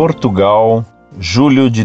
Portugal, julho de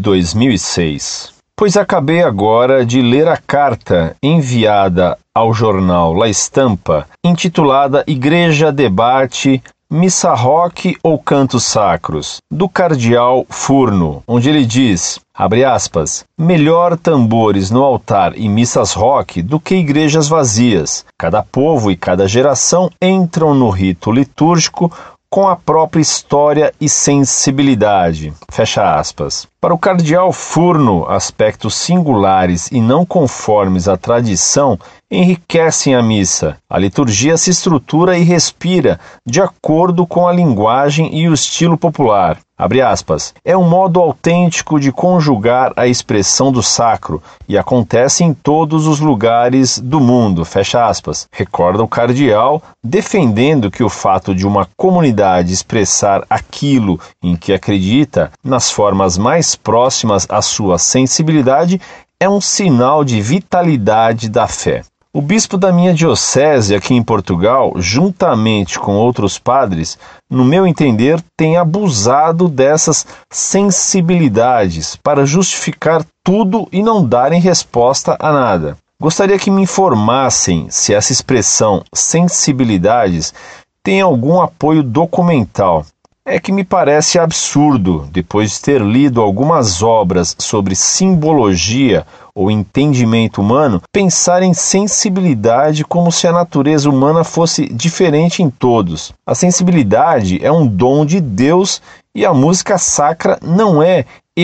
2006. Pois acabei agora de ler a carta enviada ao jornal La Estampa, intitulada Igreja Debate, Missa Rock ou Cantos Sacros, do cardeal Furno, onde ele diz, abre aspas, melhor tambores no altar e missas rock do que igrejas vazias. Cada povo e cada geração entram no rito litúrgico com a própria história e sensibilidade. Fecha aspas. Para o cardeal Furno, aspectos singulares e não conformes à tradição enriquecem a missa. A liturgia se estrutura e respira de acordo com a linguagem e o estilo popular. Abre aspas. É um modo autêntico de conjugar a expressão do sacro e acontece em todos os lugares do mundo. Fecha aspas. Recorda o cardeal, defendendo que o fato de uma comunidade expressar aquilo em que acredita nas formas mais próximas à sua sensibilidade é um sinal de vitalidade da fé. O bispo da minha diocese aqui em Portugal, juntamente com outros padres, no meu entender, tem abusado dessas sensibilidades para justificar tudo e não darem resposta a nada. Gostaria que me informassem se essa expressão sensibilidades tem algum apoio documental. É que me parece absurdo, depois de ter lido algumas obras sobre simbologia ou entendimento humano, pensar em sensibilidade como se a natureza humana fosse diferente em todos. A sensibilidade é um dom de Deus e a música sacra não é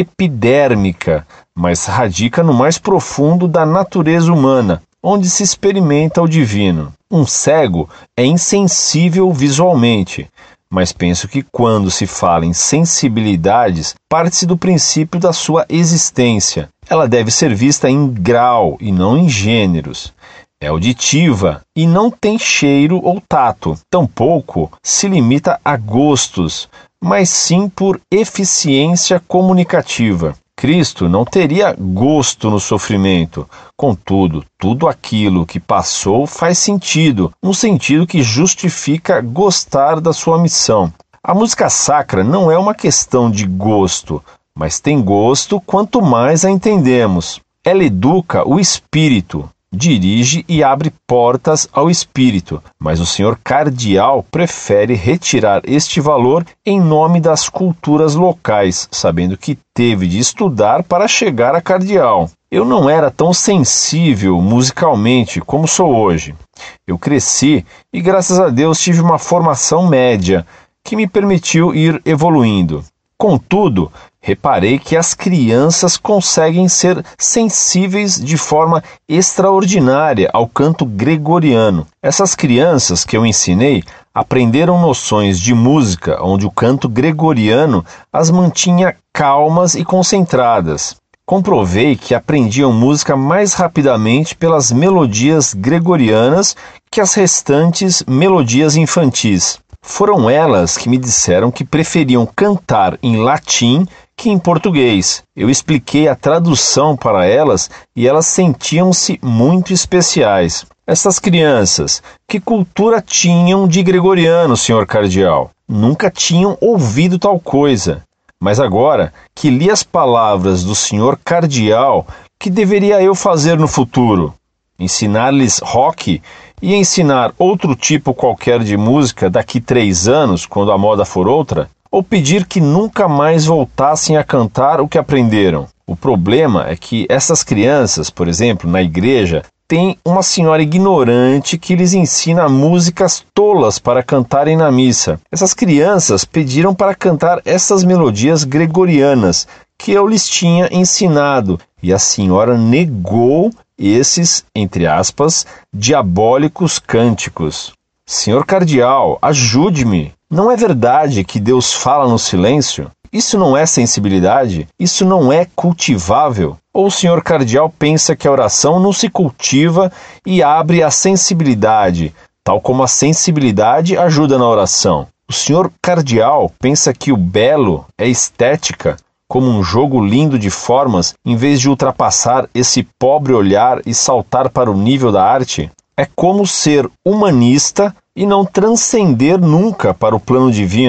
epidérmica, mas radica no mais profundo da natureza humana, onde se experimenta o divino. Um cego é insensível visualmente, mas penso que quando se fala em sensibilidades, parte-se do princípio da sua existência. Ela deve ser vista em grau e não em gêneros. É auditiva e não tem cheiro ou tato. Tampouco se limita a gostos, mas sim por eficiência comunicativa. Cristo não teria gosto no sofrimento. Contudo, tudo aquilo que passou faz sentido, no sentido que justifica gostar da sua missão. A música sacra não é uma questão de gosto, mas tem gosto quanto mais a entendemos. Ela educa o espírito, dirige e abre portas ao espírito, mas o senhor cardeal prefere retirar este valor em nome das culturas locais, sabendo que teve de estudar para chegar a cardeal. Eu não era tão sensível musicalmente como sou hoje. Eu cresci e, graças a Deus, tive uma formação média que me permitiu ir evoluindo. Contudo, reparei que as crianças conseguem ser sensíveis de forma extraordinária ao canto gregoriano. Essas crianças que eu ensinei aprenderam noções de música onde o canto gregoriano as mantinha calmas e concentradas. Comprovei que aprendiam música mais rapidamente pelas melodias gregorianas que as restantes melodias infantis. Foram elas que me disseram que preferiam cantar em latim que em português. Eu expliquei a tradução para elas e elas sentiam-se muito especiais. Essas crianças, que cultura tinham de gregoriano, senhor cardeal? Nunca tinham ouvido tal coisa. Mas agora que li as palavras do senhor cardeal, que deveria eu fazer no futuro? Ensinar-lhes rock e ensinar outro tipo qualquer de música daqui 3 anos, quando a moda for outra? Ou pedir que nunca mais voltassem a cantar o que aprenderam? O problema é que essas crianças, por exemplo, na igreja, têm uma senhora ignorante que lhes ensina músicas tolas para cantarem na missa. Essas crianças pediram para cantar essas melodias gregorianas que eu lhes tinha ensinado, e a senhora negou esses, entre aspas, diabólicos cânticos. Senhor cardeal, ajude-me. Não é verdade que Deus fala no silêncio? Isso não é sensibilidade? Isso não é cultivável? Ou o senhor cardeal pensa que a oração não se cultiva e abre a sensibilidade, tal como a sensibilidade ajuda na oração? O senhor cardeal pensa que o belo é estética, como um jogo lindo de formas, em vez de ultrapassar esse pobre olhar e saltar para o nível da arte? É como ser humanista e não transcender nunca para o plano divino.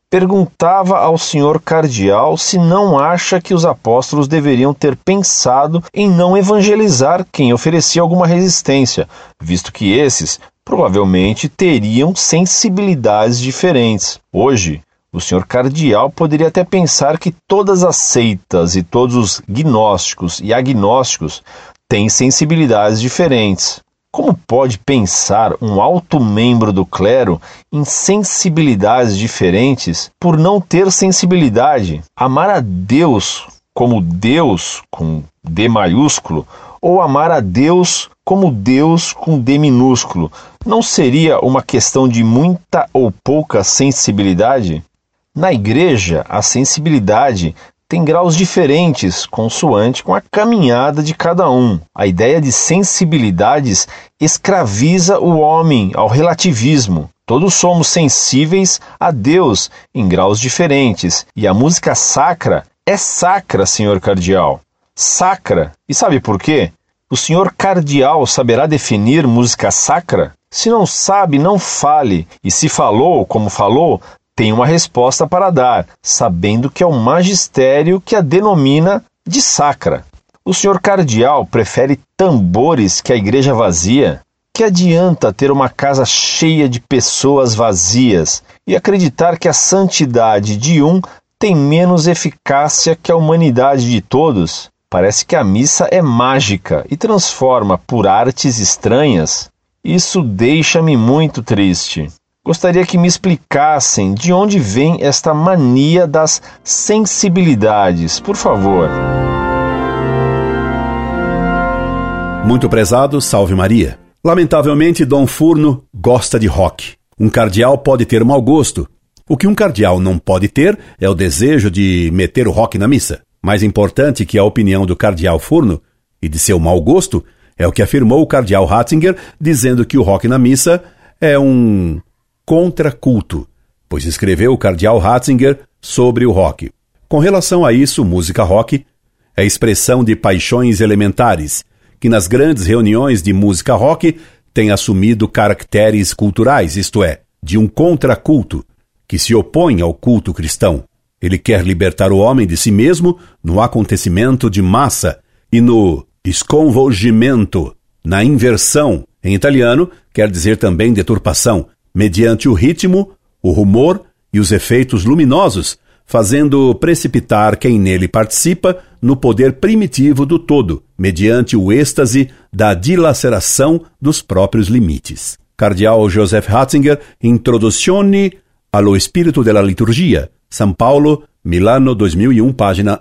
perguntava ao senhor cardeal se não acha que os apóstolos deveriam ter pensado em não evangelizar quem oferecia alguma resistência, visto que esses provavelmente teriam sensibilidades diferentes. Hoje, o senhor cardeal poderia até pensar que todas as seitas e todos os gnósticos e agnósticos têm sensibilidades diferentes. Como pode pensar um alto membro do clero em sensibilidades diferentes por não ter sensibilidade? Amar a Deus como Deus com D maiúsculo ou amar a Deus como Deus com D minúsculo não seria uma questão de muita ou pouca sensibilidade? Na igreja, a sensibilidade tem graus diferentes, consoante com a caminhada de cada um. A ideia de sensibilidades escraviza o homem ao relativismo. Todos somos sensíveis a Deus em graus diferentes, e a música sacra é sacra, senhor cardeal. Sacra. E sabe por quê? O senhor cardeal saberá definir música sacra? Se não sabe, não fale, e se falou como falou, tem uma resposta para dar, sabendo que é o magistério que a denomina de sacra. O senhor cardeal prefere tambores que a igreja vazia? Que adianta ter uma casa cheia de pessoas vazias e acreditar que a santidade de um tem menos eficácia que a humanidade de todos? Parece que a missa é mágica e transforma por artes estranhas. Isso deixa-me muito triste. Gostaria que me explicassem de onde vem esta mania das sensibilidades, por favor. Muito prezado, salve Maria. Lamentavelmente, Dom Furno gosta de rock. Um cardeal pode ter mau gosto. O que um cardeal não pode ter é o desejo de meter o rock na missa. Mais importante que a opinião do cardeal Furno e de seu mau gosto é o que afirmou o cardeal Ratzinger, dizendo que o rock na missa é um contraculto, pois escreveu o cardeal Ratzinger sobre o rock. Com relação a isso, música rock é expressão de paixões elementares, que nas grandes reuniões de música rock tem assumido caracteres culturais, isto é, de um contraculto, que se opõe ao culto cristão. Ele quer libertar o homem de si mesmo no acontecimento de massa e no sconvolgimento, na inversão, em italiano, quer dizer também deturpação, mediante o ritmo, o rumor e os efeitos luminosos, fazendo precipitar quem nele participa no poder primitivo do todo, mediante o êxtase da dilaceração dos próprios limites. Cardeal Joseph Ratzinger, Introduzione allo Spirito della Liturgia, São Paulo, Milano, 2001, página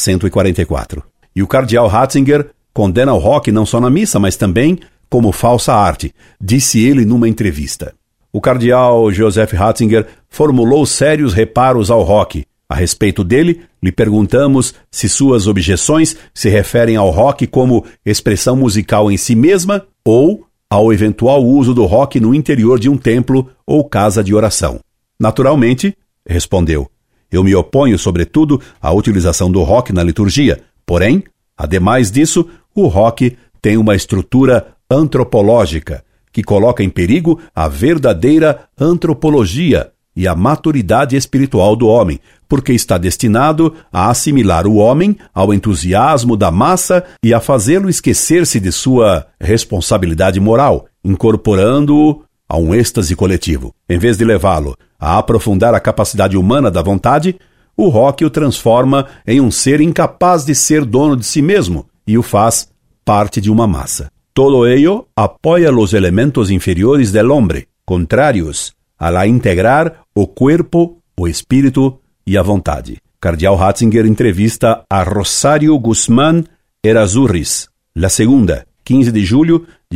144. E o cardeal Ratzinger condena o rock não só na missa, mas também como falsa arte, disse ele numa entrevista. O cardeal Joseph Ratzinger formulou sérios reparos ao rock. A respeito dele, lhe perguntamos se suas objeções se referem ao rock como expressão musical em si mesma ou ao eventual uso do rock no interior de um templo ou casa de oração. Naturalmente, respondeu, eu me oponho, sobretudo, à utilização do rock na liturgia. Porém, ademais disso, o rock tem uma estrutura antropológica, que coloca em perigo a verdadeira antropologia e a maturidade espiritual do homem, porque está destinado a assimilar o homem ao entusiasmo da massa e a fazê-lo esquecer-se de sua responsabilidade moral, incorporando-o a um êxtase coletivo. Em vez de levá-lo a aprofundar a capacidade humana da vontade, o rock o transforma em um ser incapaz de ser dono de si mesmo e o faz parte de uma massa. Todo ello apoya los elementos inferiores del hombre, contrarios a la integrar o cuerpo, o espírito e a vontade. Cardeal Ratzinger entrevista a Rosário Guzmán Errázuriz, La Segunda, 15 de julho de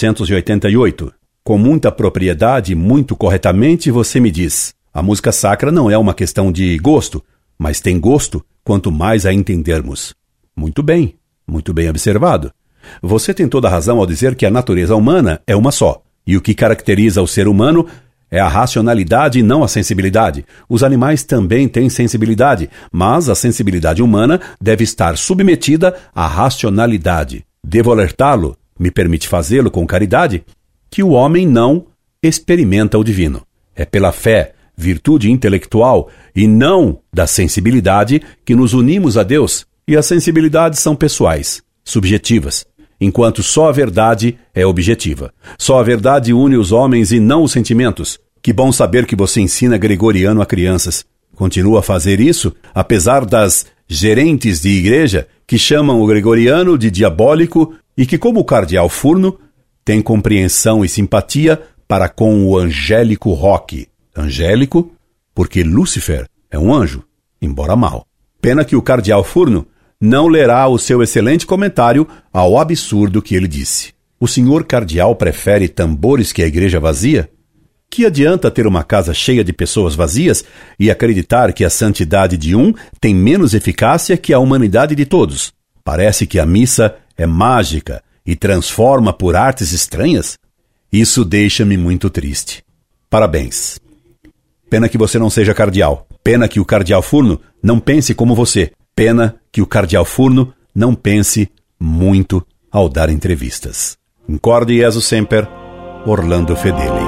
1988. Com muita propriedade e muito corretamente você me diz, a música sacra não é uma questão de gosto, mas tem gosto quanto mais a entendermos. Muito bem observado. Você tem toda a razão ao dizer que a natureza humana é uma só, e o que caracteriza o ser humano é a racionalidade e não a sensibilidade. Os animais também têm sensibilidade, mas a sensibilidade humana deve estar submetida à racionalidade. Devo alertá-lo, me permite fazê-lo com caridade, que o homem não experimenta o divino. É pela fé virtude intelectual e não da sensibilidade que nos unimos a Deus. E as sensibilidades são pessoais, subjetivas, enquanto só a verdade é objetiva. Só a verdade une os homens e não os sentimentos. Que bom saber que você ensina gregoriano a crianças. Continua a fazer isso, apesar das gerentes de igreja que chamam o gregoriano de diabólico e que, como o cardeal Furno, tem compreensão e simpatia para com o angélico Roque. Angélico, porque Lúcifer é um anjo, embora mau. Pena que o cardeal Furno não lerá o seu excelente comentário ao absurdo que ele disse. O senhor cardeal prefere tambores que a igreja vazia? Que adianta ter uma casa cheia de pessoas vazias e acreditar que a santidade de um tem menos eficácia que a humanidade de todos? Parece que a missa é mágica e transforma por artes estranhas? Isso deixa-me muito triste. Parabéns. Pena que você não seja cardeal. Pena que o cardeal Furno não pense como você. Pena que o cardeal Furno não pense muito ao dar entrevistas. Incorde Jesus Semper, Orlando Fedeli.